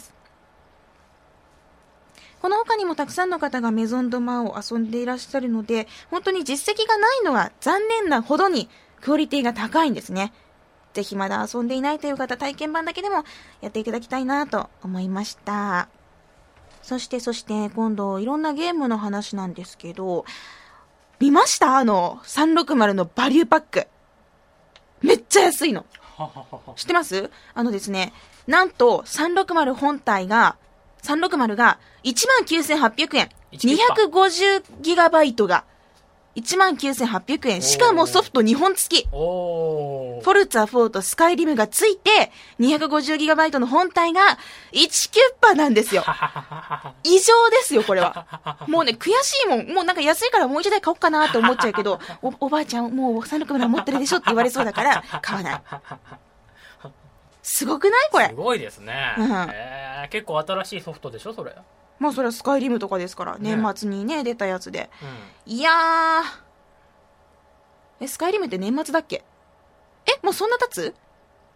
この他にもたくさんの方がメゾンド魔王を遊んでいらっしゃるので、本当に実績がないのは残念なほどにクオリティが高いんですね。ぜひまだ遊んでいないという方、体験版だけでもやっていただきたいなと思いました。そして今度いろんなゲームの話なんですけど、見ました360のバリューパック。めっちゃ安いの。知ってます？ですね、なんと360本体が360が 19,800 円。250GB が 19,800 円。しかもソフト2本付き。フォルツァ4とスカイリムが付いて 250GB の本体が1キュッパなんですよ。異常ですよ、これは。もうね、悔しいもん。もうなんか安いからもう一台買おうかなって思っちゃうけど、おばあちゃんもう360持ってるでしょって言われそうだから買わない。すごくないこれ。 すごいですね。結構新しいソフトでしょそれ。 まあそれはスカイリムとかですから、年末にね出たやつで、いやー、スカイリムって年末だっけ？もうそんな経つ？あれ？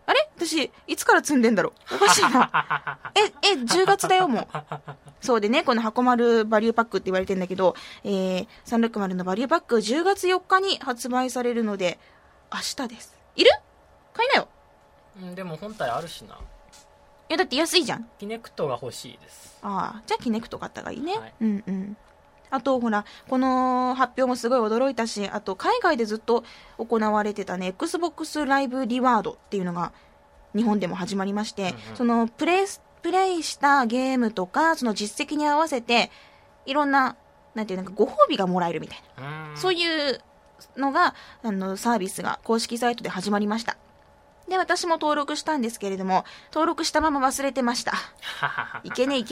私、いつから積んでんだろう。おかしいな。10月だよ、もう。そうでね、この箱丸バリューパックって言われてんだけど、360のバリューパック10月4日に発売されるので、明日です。いる？買いなよ。 でも本体あるしな。 だって安いじゃん。 キネクトが欲しいです。 じゃあキネクト買った方がいいね。 はい、 うんうん。あと、ほら、この発表もすごい驚いたし、あと、海外でずっと行われてたね、Xbox ライブリワードっていうのが、日本でも始まりまして、その、プレイしたゲームとか、その実績に合わせて、いろんな、なんていうのか、ご褒美がもらえるみたいな。そういうのが、サービスが公式サイトで始まりました。で、私も登録したんですけれども、登録したまま忘れてました。いけね。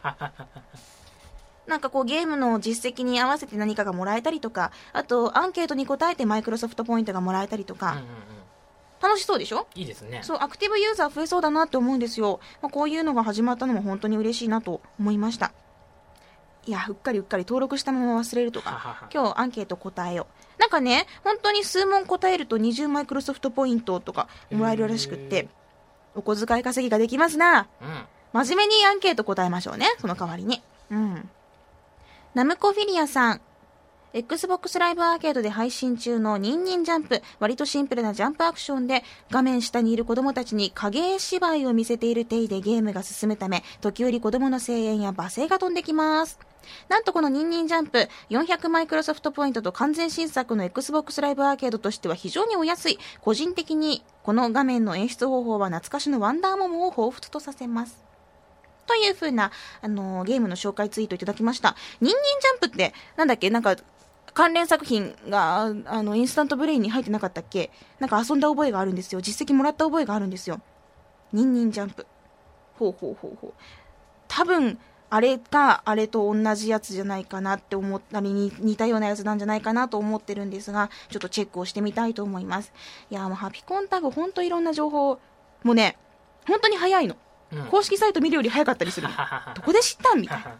なんかこうゲームの実績に合わせて何かがもらえたりとか、あとアンケートに答えてマイクロソフトポイントがもらえたりとか、楽しそうでしょ？ いいですね。 そう、アクティブユーザー増えそうだなって思うんですよ。こういうのが始まったのも本当に嬉しいなと思いました。いや、うっかり登録したまま忘れるとか、今日アンケート答えよう。なんかね、本当に数問答えると20マイクロソフトポイントとかもらえるらしくって、お小遣い稼ぎができますな。真面目にアンケート答えましょうね、その代わりに。ナムコフィリアさん、Xbox ライブアーケードで配信中のニンニンジャンプ、割とシンプルなジャンプアクションで画面下にいる子供たちに影絵芝居を見せている体でゲームが進むため、時折子供の声援や罵声が飛んできます。なんとこのニンニンジャンプ、400マイクロソフトポイントと完全新作の Xbox ライブアーケードとしては非常にお安い。個人的にこの画面の演出方法は懐かしのワンダーモモを彷彿とさせます。という風な、ゲームの紹介ツイートいただきました。ニンニンジャンプって、なんだっけ、なんか、関連作品が、インスタントブレインに入ってなかったっけ？なんか遊んだ覚えがあるんですよ。実績もらった覚えがあるんですよ。ニンニンジャンプ。ほう。多分、あれか、あれと同じやつじゃないかなって思ったり、似たようなやつなんじゃないかなと思ってるんですが、ちょっとチェックをしてみたいと思います。いや、もうハピコンタグ、ほんといろんな情報、もうね、本当に早いの。公式サイト見るより早かったりするの。どこで知ったんみたい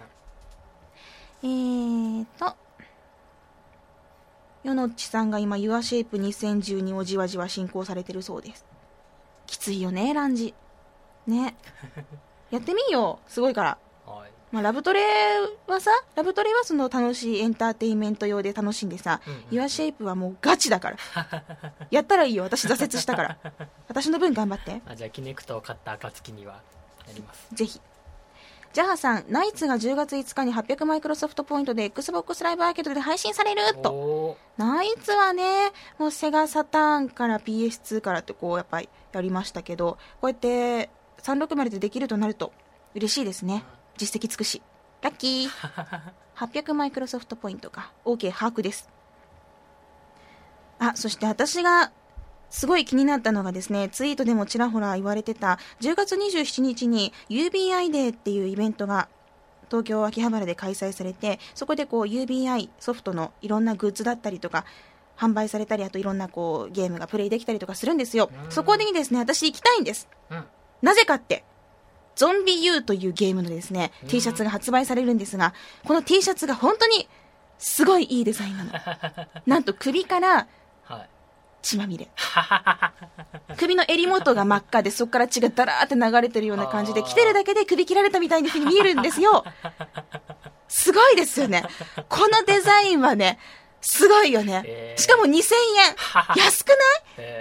な。よのっちさんが今、ユアシェイプ2012をじわじわ進行されてるそうです。きついよね、ランジ。ね。やってみよう。すごいから。ラブトレはその楽しいエンターテインメント用で楽しんでさ、ユアシェイプはもうガチだから。やったらいいよ。私挫折したから。私の分頑張って。 じゃあキネクトを買った暁にはやります。 ぜひ。ジャハさん、ナイツが10月5日に800マイクロソフトポイントで Xbox ライブアーケードで配信されると。ナイツはね、もうセガサターンから PS2 からってこうやっぱりやりましたけど、こうやって360でできるとなると嬉しいですね。実績尽くし。ラッキー。800マイクロソフトポイントか。OK、把握です。そして私がすごい気になったのがですね、ツイートでもちらほら言われてた10月27日に UBI デーっていうイベントが東京秋葉原で開催されて、そこでこう UBI ソフトのいろんなグッズだったりとか販売されたり、あといろんなこうゲームがプレイできたりとかするんですよ。そこでにですね、私行きたいんです。なぜかってゾンビ U というゲームのですね T シャツが発売されるんですが、この T シャツが本当にすごいいいデザインなの。なんと首から血まみれ。首の襟元が真っ赤で、そこから血がダラーって流れてるような感じで、着てるだけで首切られたみたいに見えるんですよ。すごいですよね。このデザインはね、すごいよね。しかも2000円。安くない？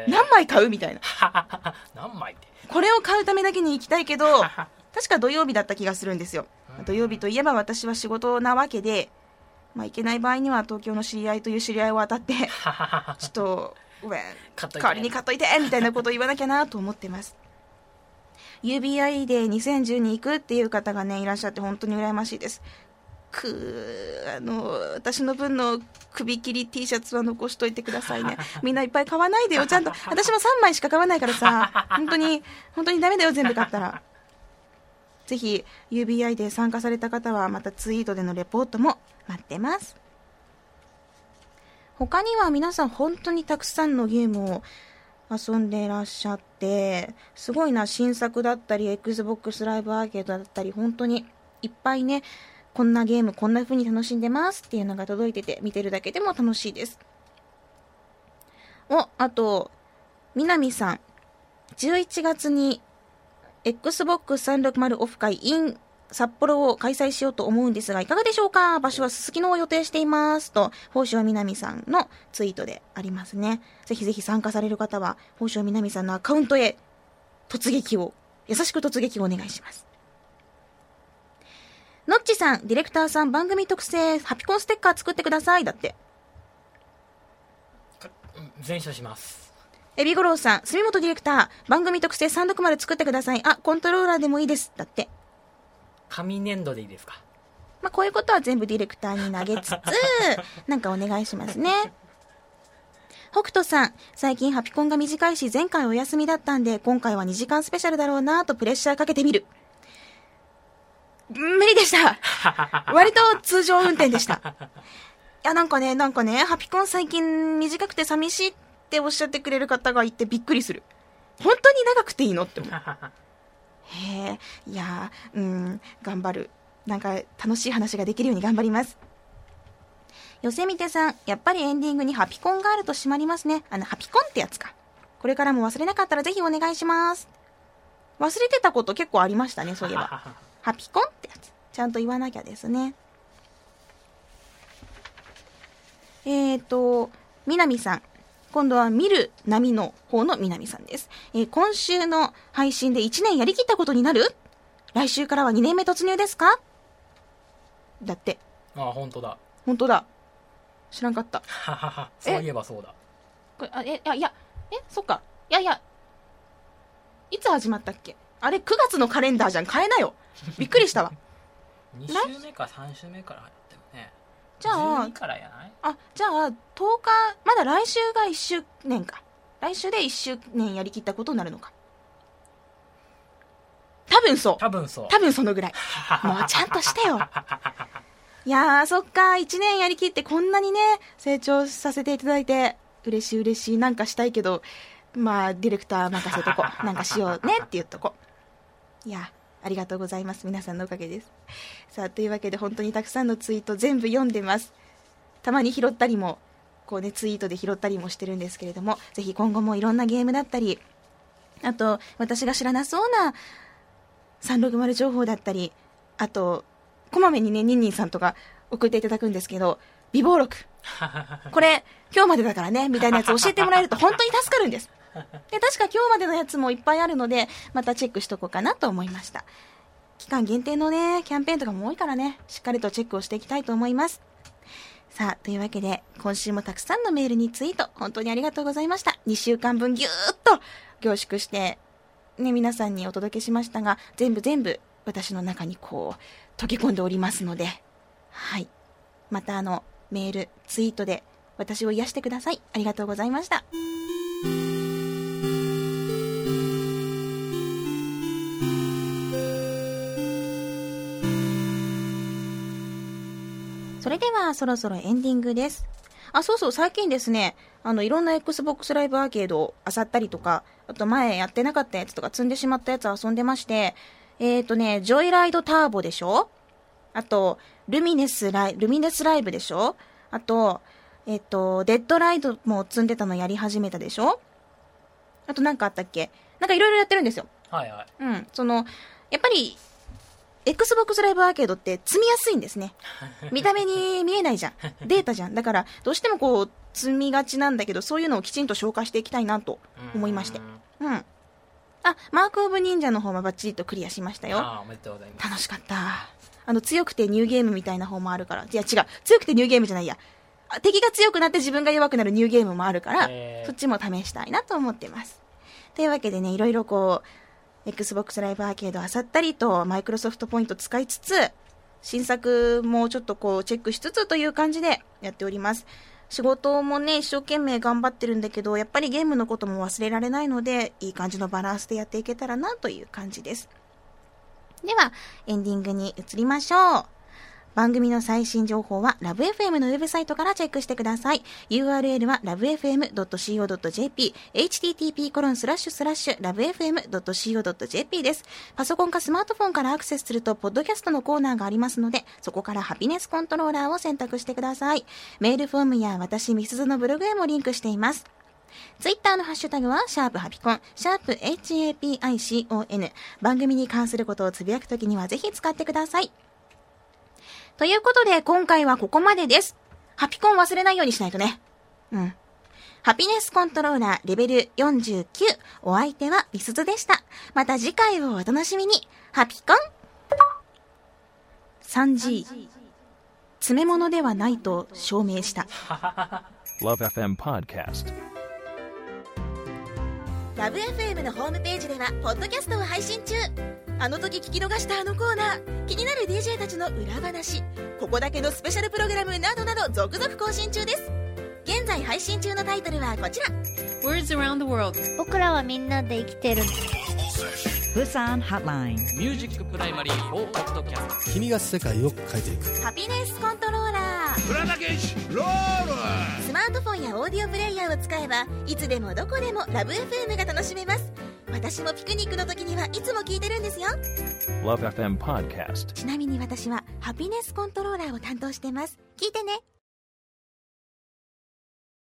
何枚買うみたいな。 何枚って。 これを買うためだけに行きたいけど、確か土曜日だった気がするんですよ。土曜日といえば私は仕事なわけで、行けない場合には東京の知り合いという知り合いを当たって、ちょっと、代わりに買っといてみたいなことを言わなきゃなと思ってます。UBI で2010に行くっていう方がねいらっしゃって本当に羨ましいです。私の分の首切り T シャツは残しといてくださいね。みんないっぱい買わないでよ。ちゃんと私も3枚しか買わないからさ、本当にダメだよ全部買ったら。ぜひ UBI で参加された方はまたツイートでのレポートも待ってます。他には皆さん本当にたくさんのゲームを遊んでいらっしゃって、すごいな。新作だったり Xbox ライブアーケードだったり、本当にいっぱいね、こんなゲームこんな風に楽しんでますっていうのが届いてて、見てるだけでも楽しいです。あと南さん、 11月に Xbox 360オフ会 in 札幌を開催しようと思うんですがいかがでしょうか。場所はすすきのを予定していますと宝生みなみさんのツイートでありますね。ぜひぜひ参加される方は宝生みなみさんのアカウントへ突撃を優しく突撃をお願いします。のっちさん、ディレクターさん、番組特製ハピコンステッカー作ってくださいだって。 全書します。 エビゴロウさん、住本ディレクター、番組特製360作ってください。あ、コントローラーでもいいですだって。 紙粘土でいいですか。 まあ、こういうことは全部ディレクターに投げつつなんかお願いしますね。北斗さん、最近ハピコンが短いし前回お休みだったんで今回は2時間スペシャルだろうなとプレッシャーかけてみる。無理でした割と通常運転でした。いやなんかねハピコン最近短くて寂しいっておっしゃってくれる方がいてびっくりする。本当に長くていいのって思うへえ、いや頑張る。なんか楽しい話ができるように頑張ります。よせみてさん、やっぱりエンディングにハピコンがあると締まりますね。ハピコンってやつか。これからも忘れなかったらぜひお願いします。忘れてたこと結構ありましたね、そういえばハピコンってやつちゃんと言わなきゃですね。みなみさん、今度は見る波の方のみなみさんです。今週の配信で1年やりきったことになる？来週からは2年目突入ですか？だって。 あ、本当だ。 本当だ。知らんかった。 そういえばそうだ。 これそっか。いつ始まったっけ？あれ9月のカレンダーじゃん。変えなよ。びっくりしたわ。 2週目か3週目からやったよね。 じゃあ 12からやない？ じゃあ10日、まだ来週が1周年か。来週で1周年やりきったことになるのか。多分そのぐらい。もうちゃんとしてよ。いやー、そっか、1年やりきってこんなにね、成長させていただいて、嬉しい。なんかしたいけど、まあ、ディレクター任せとこ。なんかしようねって言っとこ。いや、ありがとうございます。皆さんのおかげです。さあ、というわけで本当にたくさんのツイート全部読んでます。たまに拾ったりも、こうね、ツイートで拾ったりもしてるんですけれども、ぜひ今後もいろんなゲームだったり、あと、私が知らなそうな360情報だったり、あと、こまめにね、ニンニンさんとか送っていただくんですけど、備忘録。これ、今日までだからね、みたいなやつ教えてもらえると本当に助かるんです。で、確か今日までのやつもいっぱいあるので、またチェックしとこうかなと思いました。期間限定のね、キャンペーンとかも多いからね、しっかりとチェックをしていきたいと思います。さあ、というわけで、今週もたくさんのメールにツイート、本当にありがとうございました。2週間分ぎゅーっと凝縮して、ね、皆さんにお届けしましたが、全部、私の中にこう、溶け込んでおりますので、はい。またメール、ツイートで私を癒してください。ありがとうございました。それではそろそろエンディングです。そうそう、最近ですね、いろんな Xbox ライブアーケードを漁ったりとか、あと前やってなかったやつとか積んでしまったやつを遊んでまして、ジョイライドターボでしょ？あと、ルミネスライブでしょ？あと、デッドライドも積んでたのやり始めたでしょ？あとなんかあったっけ？なんかいろいろやってるんですよ。 はいはい。 うん。やっぱり、Xbox ライブアーケードって積みやすいんですね。見た目に見えないじゃん。データじゃん。だから、どうしてもこう、積みがちなんだけど、そういうのをきちんと消化していきたいなと思いまして。うん。マークオブ忍者の方もバッチリとクリアしましたよ。 おめでとうございます。 楽しかった。強くてニューゲームみたいな方もあるから。いや違う。強くてニューゲームじゃないや。敵が強くなって自分が弱くなるニューゲームもあるから、そっちも試したいなと思ってます。というわけでね、いろいろこう、Xbox ライブアーケード漁ったりと、マイクロソフトポイント使いつつ、新作もちょっとこう、チェックしつつという感じでやっております。仕事もね、一生懸命頑張ってるんだけど、やっぱりゲームのことも忘れられないので、いい感じのバランスでやっていけたらなという感じです。では、エンディングに移りましょう。番組の最新情報はラブ FM のウェブサイトからチェックしてください。URL は lovefm.co.jp http://lovefm.co.jp です。パソコンかスマートフォンからアクセスするとポッドキャストのコーナーがありますので、そこからハピネスコントローラーを選択してください。メールフォームや私みすずのブログへもリンクしています。 ツイッターのハッシュタグはシャープハピコン、シャープ HAPICON。番組に関することをつぶやくときにはぜひ使ってください。ということで今回はここまでです。ハピコン忘れないようにしないとね。ハピネスコントローラーレベル49。お相手はみすずでした。また次回をお楽しみに。ハピコン 3G。詰め物ではないと証明した。 LoveFM Podcast。 ラブ FM のホームページではポッドキャストを配信中。あの時聞き逃したあのコーナー、気になる DJ たちの裏話、ここだけのスペシャルプログラムなどなど続々更新中です。現在配信中のタイトルはこちら。 Words around the world。 僕らはみんなで生きてる。 Busan Hotline。 ミュージックプライマリー4ポッドキャスト。 君が世界を変えていく。 ハピネスコントローラー。 プラダケシロール。 スマートフォンやオーディオプレイヤーを使えばいつでもどこでもラブ FM が楽しめます。私もピクニックの時にはいつも聞いてるんですよ。 LoveFM Podcast。 ちなみに私はハピネスコントローラーを担当してます。聞いてね。